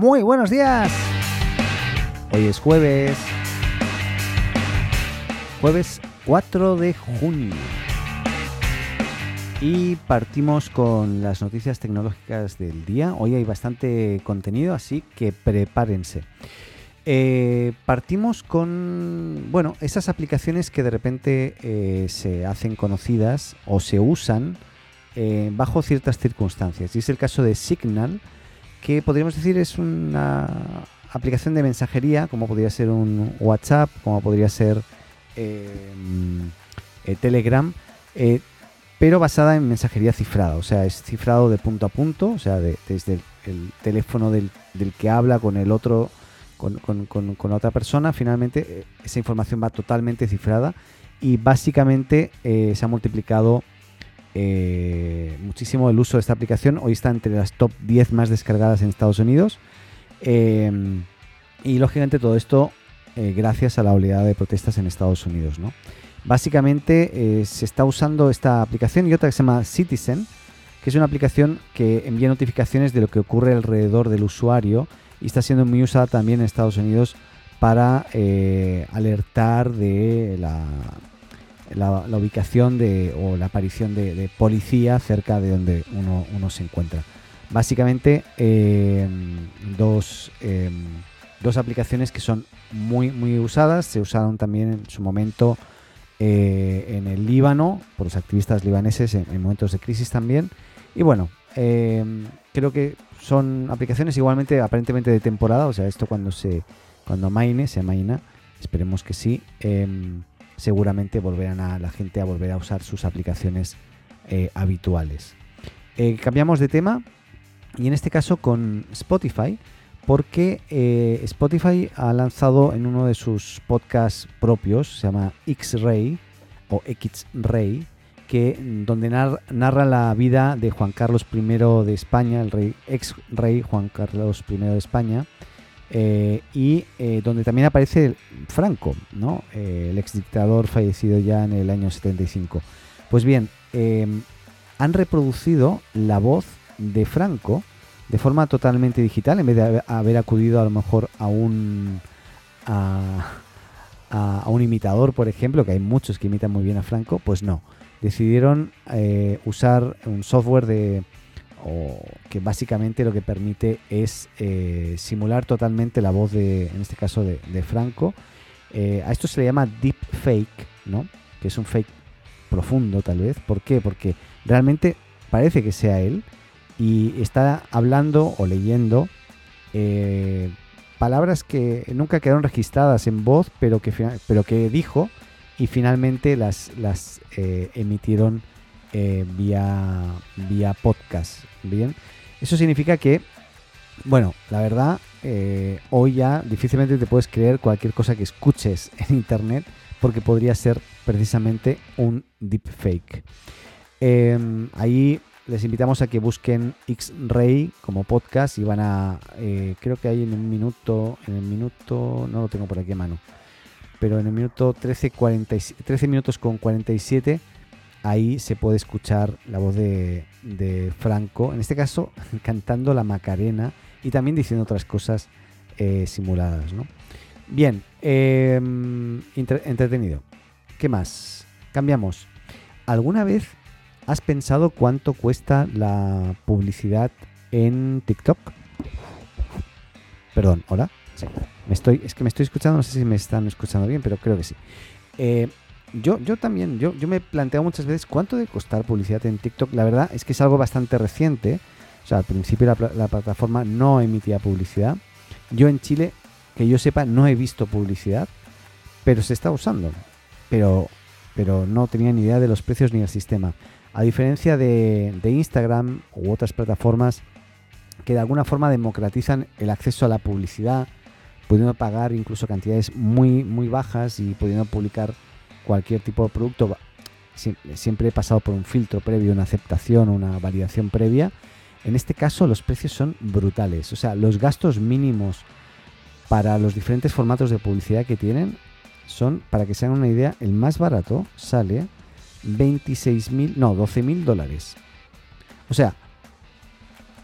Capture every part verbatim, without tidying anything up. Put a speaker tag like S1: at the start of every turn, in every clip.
S1: Muy buenos días. Hoy es jueves. Jueves cuatro de junio. Y partimos con las noticias tecnológicas del día. Hoy hay bastante contenido, así que prepárense. Eh, partimos con, bueno, esas aplicaciones que de repente eh, se hacen conocidas o se usan eh, bajo ciertas circunstancias. Y es el caso de Signal, que podríamos decir es una aplicación de mensajería, como podría ser un WhatsApp, como podría ser eh, eh, Telegram, eh, pero basada en mensajería cifrada. O sea, es cifrado de punto a punto, o sea, de, desde el, el teléfono del, del que habla con el otro, con, con, con, con otra persona. Finalmente, eh, esa información va totalmente cifrada y básicamente eh, se ha multiplicado eh, muchísimo el uso de esta aplicación. Hoy está entre las top diez más descargadas en Estados Unidos. Eh, y lógicamente todo esto eh, gracias a la oleada de protestas en Estados Unidos, ¿no? Básicamente eh, se está usando esta aplicación y otra que se llama Citizen, que es una aplicación que envía notificaciones de lo que ocurre alrededor del usuario y está siendo muy usada también en Estados Unidos para eh, alertar de la, la, la ubicación de, o la aparición de, de policía cerca de donde uno, uno se encuentra. Básicamente eh, dos, eh, dos aplicaciones que son muy, muy usadas. Se usaron también en su momento Eh, en el Líbano, por los activistas libaneses en, en momentos de crisis también. Y bueno, eh, creo que son aplicaciones igualmente aparentemente de temporada, o sea, esto cuando se cuando amaine, se amaina, esperemos que sí, eh, seguramente volverán a la gente a volver a usar sus aplicaciones eh, habituales. Eh, cambiamos de tema y en este caso con Spotify, porque eh, Spotify ha lanzado en uno de sus podcasts propios, se llama X-Ray o X-Ray, que donde nar- narra la vida de Juan Carlos primero de España, el rey ex-rey Juan Carlos primero de España, eh, y eh, donde también aparece Franco, ¿no? Eh, el exdictador fallecido ya en el año setenta y cinco. Pues bien, eh, han reproducido la voz de Franco de forma totalmente digital, en vez de haber acudido a lo mejor a un a, a, a un imitador, por ejemplo, que hay muchos que imitan muy bien a Franco. Pues no, decidieron eh, usar un software de o, que básicamente lo que permite es eh, simular totalmente la voz de, en este caso de, de Franco. Eh, a esto se le llama deepfake, ¿no? Que es un fake profundo, tal vez. ¿Por qué? Porque realmente parece que sea él y está hablando o leyendo eh, palabras que nunca quedaron registradas en voz, pero que, pero que dijo y finalmente las, las eh, emitieron eh, vía, vía podcast. Bien, eso significa que, bueno, la verdad, eh, hoy ya difícilmente te puedes creer cualquier cosa que escuches en internet, porque podría ser precisamente un deepfake. Eh, ahí les invitamos a que busquen X-Ray como podcast y van a, eh, creo que hay en un minuto, en el minuto, no lo tengo por aquí a mano, pero en el minuto trece, cuarenta, trece minutos con cuarenta y siete, ahí se puede escuchar la voz de, de Franco, en este caso cantando la Macarena y también diciendo otras cosas eh, simuladas, ¿no? Bien, eh, entre, entretenido. ¿Qué más? Cambiamos. ¿Alguna vez has pensado cuánto cuesta la publicidad en TikTok? Perdón, ¿hola? Sí. Me estoy, es que me estoy escuchando, no sé si me están escuchando bien, pero creo que sí. Eh, yo, yo también, yo, yo me he planteado muchas veces cuánto debe costar publicidad en TikTok. La verdad es que es algo bastante reciente. O sea, al principio la, la plataforma no emitía publicidad. Yo en Chile, que yo sepa, no he visto publicidad, pero se está usando. Pero, pero no tenía ni idea de los precios ni el sistema. A diferencia de, de Instagram u otras plataformas que de alguna forma democratizan el acceso a la publicidad, pudiendo pagar incluso cantidades muy, muy bajas y pudiendo publicar cualquier tipo de producto, siempre he pasado por un filtro previo, una aceptación, una validación previa. En este caso los precios son brutales. O sea, los gastos mínimos para los diferentes formatos de publicidad que tienen son, para que se hagan una idea, el más barato sale veintiséis mil, no, doce mil dólares. O sea,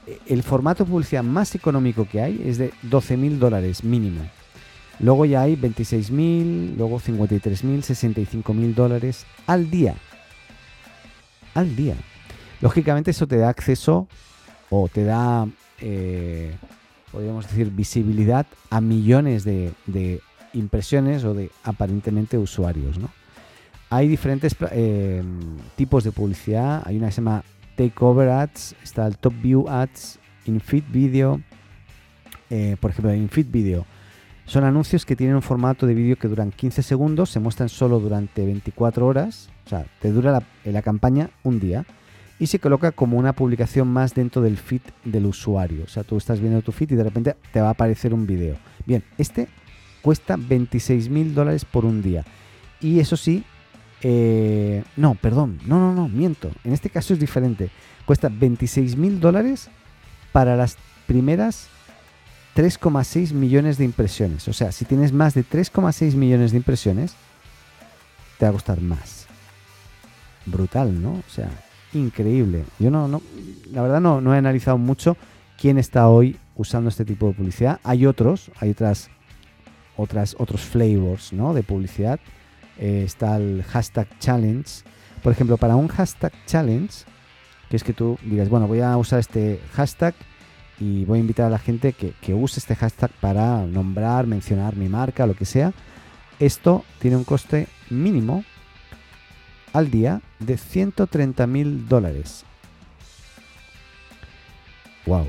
S1: el formato de publicidad más económico que hay es de doce mil dólares mínimo. Luego ya hay veintiséis mil, luego cincuenta y tres mil, sesenta y cinco mil dólares al día. Al día. Lógicamente eso te da acceso o te da, eh, podríamos decir, visibilidad a millones de, de impresiones o de aparentemente usuarios, ¿no? Hay diferentes eh, tipos de publicidad. Hay una que se llama Takeover Ads, está el Top View Ads, In-Feed Video. Eh, por ejemplo, In-Feed Video son anuncios que tienen un formato de vídeo que duran quince segundos, se muestran solo durante veinticuatro horas, o sea, te dura la, la campaña un día y se coloca como una publicación más dentro del feed del usuario. O sea, tú estás viendo tu feed y de repente te va a aparecer un vídeo. Bien, este cuesta veintiséis mil dólares por un día. Y eso sí, eh, no, perdón, no, no, no, miento. En este caso es diferente. Cuesta veintiséis mil dólares para las primeras tres coma seis millones de impresiones. O sea, si tienes más de tres coma seis millones de impresiones, te va a costar más. Brutal, ¿no? O sea, increíble. Yo no, no la verdad no, no he analizado mucho quién está hoy usando este tipo de publicidad. Hay otros, hay otras, otras otros flavors, ¿no? De publicidad. Eh, está el hashtag challenge. Por ejemplo, para un hashtag challenge, que es que tú digas, bueno, voy a usar este hashtag y voy a invitar a la gente que, que use este hashtag para nombrar, mencionar mi marca, lo que sea. Esto tiene un coste mínimo al día de ciento treinta mil dólares. Wow.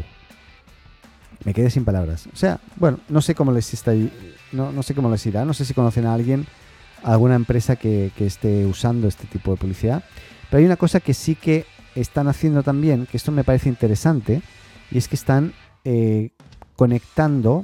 S1: Me quedé sin palabras. O sea, bueno, no sé cómo les está ahí, no, no sé cómo les irá. No sé si conocen a alguien, a alguna empresa que, que esté usando este tipo de publicidad. Pero hay una cosa que sí que están haciendo también, que esto me parece interesante, y es que están eh, conectando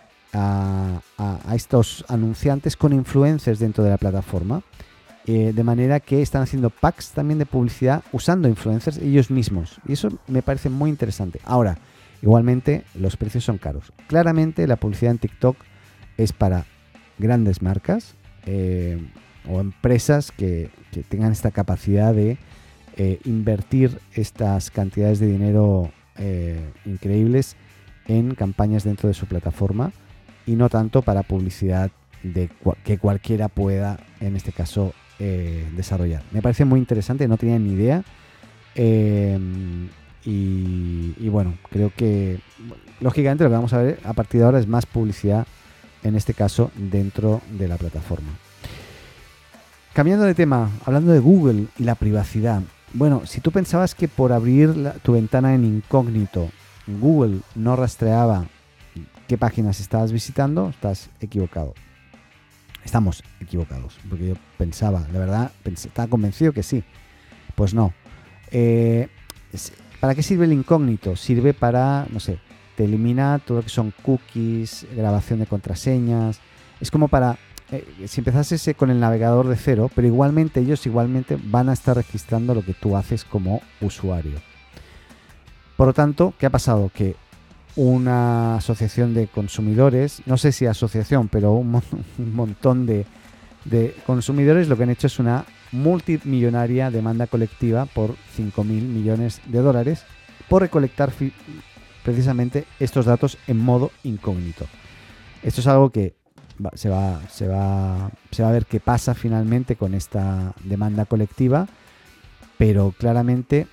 S1: a, a, a estos anunciantes con influencers dentro de la plataforma, eh, de manera que están haciendo packs también de publicidad usando influencers ellos mismos, y eso me parece muy interesante. Ahora, igualmente los precios son caros. Claramente la publicidad en TikTok es para grandes marcas eh, o empresas que, que tengan esta capacidad de eh, invertir estas cantidades de dinero Eh, increíbles en campañas dentro de su plataforma y no tanto para publicidad de cu- que cualquiera pueda, en este caso, eh, desarrollar. Me parece muy interesante, no tenía ni idea eh, y, y bueno, creo que lógicamente lo que vamos a ver a partir de ahora es más publicidad, en este caso dentro de la plataforma. Cambiando de tema, hablando de Google y la privacidad. Bueno, si tú pensabas que por abrir la, tu ventana en incógnito Google no rastreaba qué páginas estabas visitando, estás equivocado. Estamos equivocados, porque yo pensaba, de verdad, pensé, estaba convencido que sí. Pues no. Eh, ¿Para qué sirve el incógnito? Sirve para, no sé, te elimina todo lo que son cookies, grabación de contraseñas. Es como para... Eh, si empezases con el navegador de cero, pero igualmente ellos igualmente van a estar registrando lo que tú haces como usuario. Por lo tanto, ¿qué ha pasado? Que una asociación de consumidores, no sé si asociación, pero un, mon- un montón de, de consumidores lo que han hecho es una multimillonaria demanda colectiva por cinco mil millones de dólares por recolectar fi- precisamente estos datos en modo incógnito. Esto es algo que Va, se, va, se, va, se va a ver qué pasa finalmente con esta demanda colectiva, pero claramente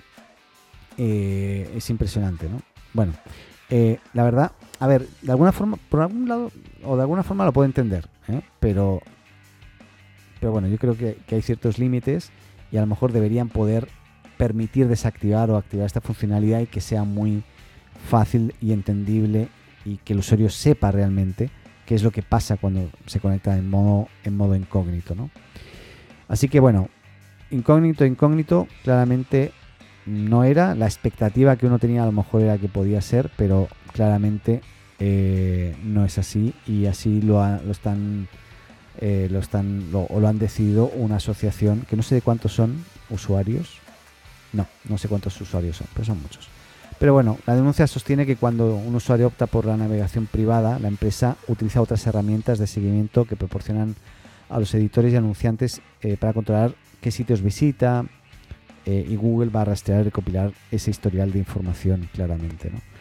S1: eh, es impresionante, ¿no? Bueno, eh, la verdad, a ver, de alguna forma, por algún lado, o de alguna forma lo puedo entender, ¿eh? pero, pero bueno, yo creo que, que hay ciertos límites y a lo mejor deberían poder permitir desactivar o activar esta funcionalidad y que sea muy fácil y entendible y que el usuario sepa realmente qué es lo que pasa cuando se conecta en modo, en modo incógnito, ¿no? Así que bueno, incógnito, incógnito, claramente no era. La expectativa que uno tenía a lo mejor era que podía ser, pero claramente eh, no es así y así lo, ha, lo están, eh, lo están lo, o lo han decidido una asociación que no sé de cuántos son usuarios. No, no sé cuántos usuarios son, pero son muchos. Pero bueno, la denuncia sostiene que cuando un usuario opta por la navegación privada, la empresa utiliza otras herramientas de seguimiento que proporcionan a los editores y anunciantes eh, para controlar qué sitios visita eh, y Google va a rastrear y recopilar ese historial de información claramente, ¿no?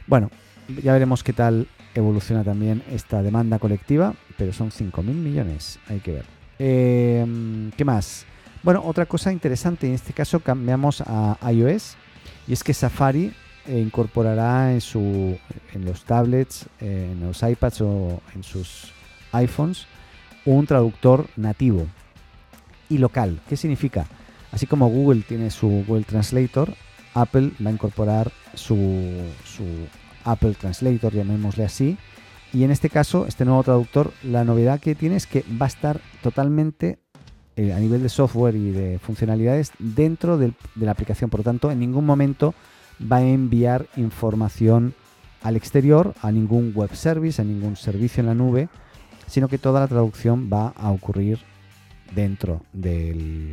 S1: Bueno, ya veremos qué tal evoluciona también esta demanda colectiva, pero son cinco mil millones, hay que ver. Eh, ¿Qué más? Bueno, otra cosa interesante, en este caso cambiamos a iOS, y es que Safari eh, incorporará en, su, en los tablets, eh, en los iPads o en sus iPhones un traductor nativo y local. ¿Qué significa? Así como Google tiene su Google Translator, Apple va a incorporar su, su Apple Translator, llamémosle así, y en este caso, este nuevo traductor, la novedad que tiene es que va a estar totalmente eh, a nivel de software y de funcionalidades dentro del, de la aplicación. Por lo tanto, en ningún momento va a enviar información al exterior, a ningún web service, a ningún servicio en la nube, sino que toda la traducción va a ocurrir dentro del,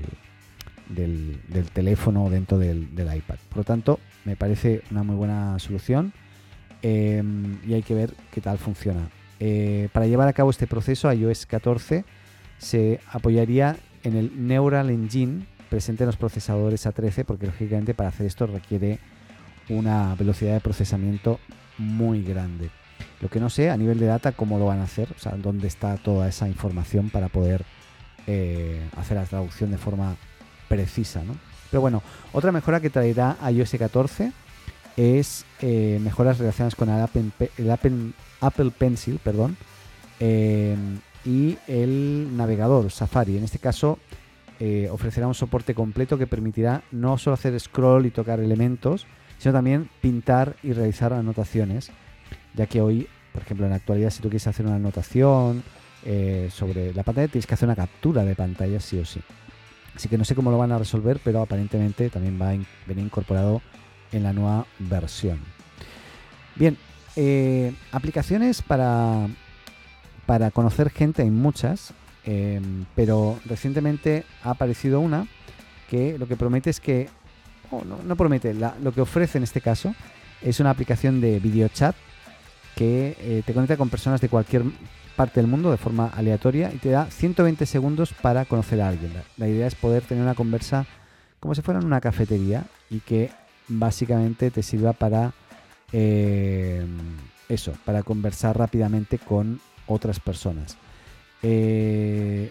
S1: del, del teléfono o dentro del, del iPad. Por lo tanto, me parece una muy buena solución. Eh, y hay que ver qué tal funciona. Eh, para llevar a cabo este proceso, iOS catorce se apoyaría en el Neural Engine presente en los procesadores A trece, porque lógicamente para hacer esto requiere una velocidad de procesamiento muy grande. Lo que no sé a nivel de data cómo lo van a hacer, o sea, dónde está toda esa información para poder eh, hacer la traducción de forma precisa, ¿no? Pero bueno, otra mejora que traerá iOS catorce es eh, mejoras relacionadas con el Apple, el Apple, Apple Pencil, perdón, eh, y el navegador Safari. En este caso eh, ofrecerá un soporte completo que permitirá no solo hacer scroll y tocar elementos, sino también pintar y realizar anotaciones, ya que hoy, por ejemplo, en la actualidad, si tú quieres hacer una anotación eh, sobre la pantalla, tienes que hacer una captura de pantalla sí o sí. Así que no sé cómo lo van a resolver, pero aparentemente también va a in- venir incorporado en la nueva versión. Bien, eh, aplicaciones para, para conocer gente hay muchas, eh, pero recientemente ha aparecido una que lo que promete es que, oh, no, no promete, la, lo que ofrece en este caso es una aplicación de videochat que eh, te conecta con personas de cualquier parte del mundo de forma aleatoria y te da ciento veinte segundos para conocer a alguien. La, la idea es poder tener una conversa como si fuera en una cafetería y que básicamente te sirva para eh, eso, para conversar rápidamente con otras personas. Eh,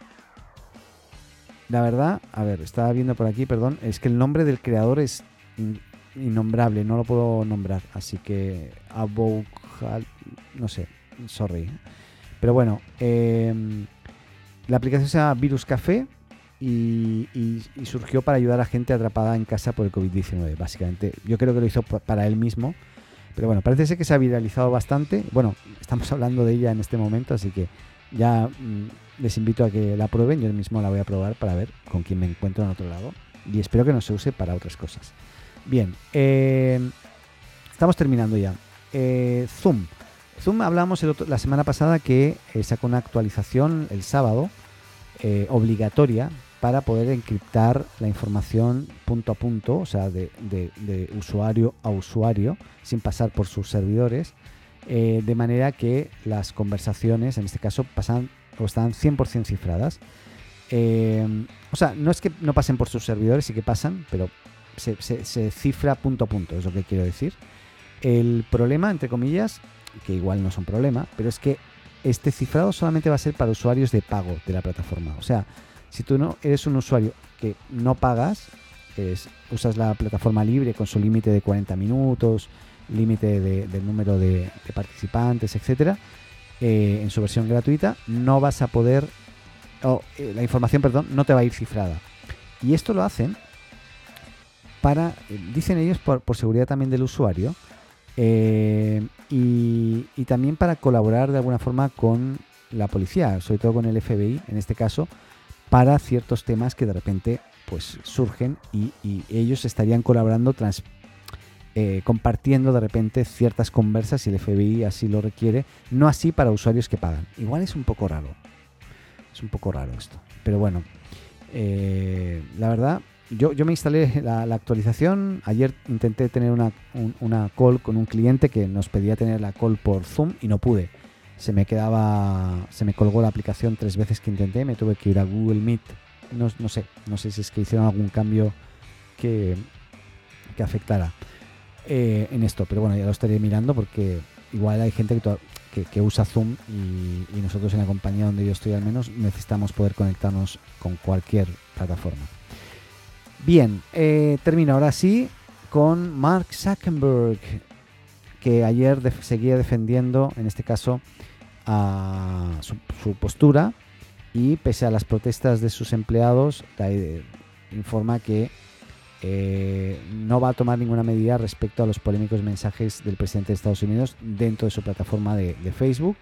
S1: la verdad, a ver, estaba viendo por aquí, perdón, es que el nombre del creador es in, innombrable, no lo puedo nombrar, así que Aboujal, no sé, sorry. Pero bueno, eh, la aplicación se llama Virus Café. Y, y, y surgió para ayudar a gente atrapada en casa por el covid diecinueve, básicamente. Yo creo que lo hizo p- para él mismo, pero bueno, parece ser que se ha viralizado bastante. Bueno, estamos hablando de ella en este momento, así que ya mmm, les invito a que la prueben. Yo mismo la voy a probar para ver con quién me encuentro en otro lado y espero que no se use para otras cosas. Bien, eh, estamos terminando ya. eh, Zoom Zoom hablamos el otro, la semana pasada que eh, sacó una actualización el sábado eh, obligatoria para poder encriptar la información punto a punto, o sea, de, de, de usuario a usuario, sin pasar por sus servidores, eh, de manera que las conversaciones, en este caso, pasan o están cien por ciento cifradas. Eh, o sea, no es que no pasen por sus servidores, sí que pasan, pero se, se, se cifra punto a punto, es lo que quiero decir. El problema, entre comillas, que igual no es un problema, pero es que este cifrado solamente va a ser para usuarios de pago de la plataforma. O sea, si tú no eres un usuario que no pagas, es, usas la plataforma libre con su límite de cuarenta minutos, límite de, del número de, de participantes, etcétera, eh, en su versión gratuita, no vas a poder, oh, eh, la información, perdón, no te va a ir cifrada. Y esto lo hacen para, eh, dicen ellos, por, por seguridad también del usuario, eh, y, y también para colaborar de alguna forma con la policía, sobre todo con el F B I en este caso, para ciertos temas que de repente pues surgen y, y ellos estarían colaborando, trans, eh, compartiendo de repente ciertas conversas si el F B I así lo requiere, no así para usuarios que pagan. Igual es un poco raro, es un poco raro esto, pero bueno, eh, la verdad, yo, yo me instalé la, la actualización, ayer intenté tener una, un, una call con un cliente que nos pedía tener la call por Zoom y no pude. Se me quedaba, se me colgó la aplicación tres veces que intenté, me tuve que ir a Google Meet, no, no sé, no sé si es que hicieron algún cambio que, que afectara. eh, en esto. Pero bueno, ya lo estaré mirando porque igual hay gente que, to- que, que usa Zoom y, y nosotros en la compañía donde yo estoy al menos necesitamos poder conectarnos con cualquier plataforma. Bien, eh, termino ahora sí con Mark Zuckerberg, que ayer def- seguía defendiendo, en este caso, a su, su postura, y pese a las protestas de sus empleados, la, eh, informa que eh, no va a tomar ninguna medida respecto a los polémicos mensajes del presidente de Estados Unidos dentro de su plataforma de, de Facebook.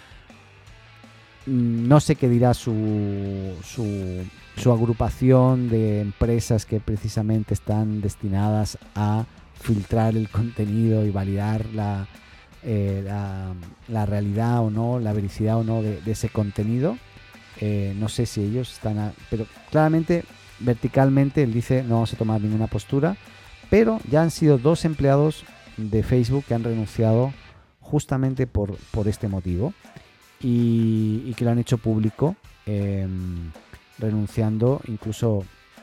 S1: No sé qué dirá su, su, su agrupación de empresas que precisamente están destinadas a filtrar el contenido y validar la, eh, la, la realidad o no, la vericidad o no de, de ese contenido. Eh, no sé si ellos están... A, pero claramente, verticalmente, él dice no vamos a tomar ninguna postura, pero ya han sido dos empleados de Facebook que han renunciado justamente por, por este motivo. Y, y que lo han hecho público, eh, renunciando. Incluso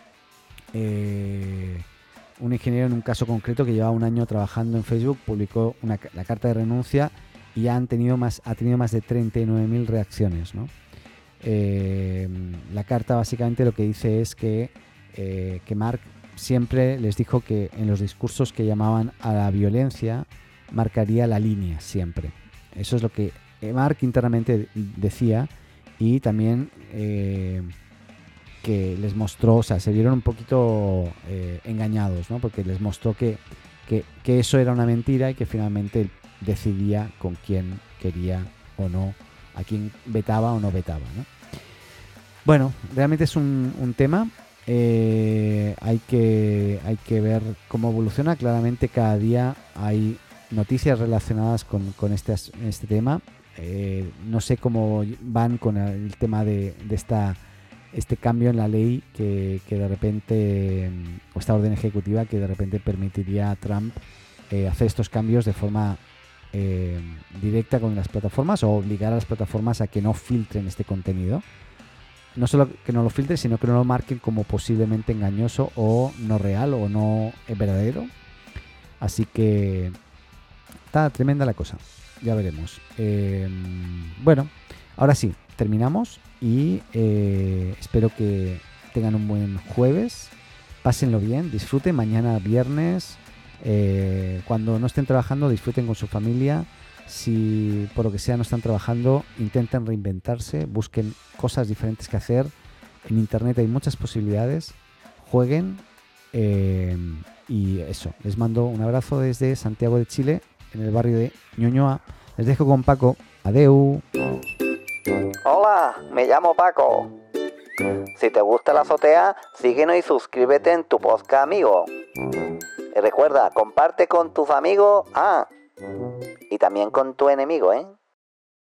S1: eh, un ingeniero en un caso concreto que llevaba un año trabajando en Facebook publicó una, la carta de renuncia y ya han tenido más, ha tenido más de treinta y nueve mil reacciones, ¿no? Eh, la carta básicamente lo que dice es que, eh, que Mark siempre les dijo que en los discursos que llamaban a la violencia marcaría la línea siempre. Eso es lo que Mark internamente decía, y también eh, que les mostró, o sea, se vieron un poquito eh, engañados, ¿no? Porque les mostró que, que, que eso era una mentira y que finalmente él decidía con quién quería o no, a quién vetaba o no vetaba, ¿no? Bueno, realmente es un, un tema, eh, hay que, hay que ver cómo evoluciona. Claramente cada día hay noticias relacionadas con, con este, este tema. Eh, no sé cómo van con el tema de, de esta, este cambio en la ley que, que de repente, o esta orden ejecutiva que de repente permitiría a Trump eh, hacer estos cambios de forma eh, directa con las plataformas, o obligar a las plataformas a que no filtren este contenido. No solo que no lo filtren, sino que no lo marquen como posiblemente engañoso o no real o no verdadero. Así que está tremenda la cosa. Ya veremos. Eh, bueno, ahora sí, terminamos y eh, espero que tengan un buen jueves. Pásenlo bien, disfruten. Mañana viernes, eh, cuando no estén trabajando, disfruten con su familia. Si por lo que sea no están trabajando, intenten reinventarse, busquen cosas diferentes que hacer. En internet hay muchas posibilidades. Jueguen eh, y eso. Les mando un abrazo desde Santiago de Chile, en el barrio de Ñuñoa. Les dejo con Paco. Adeu.
S2: Hola, me llamo Paco. Si te gusta la azotea, síguenos y suscríbete en tu podcast amigo. Y recuerda, comparte con tus amigos, ah, y también con tu enemigo, ¿eh?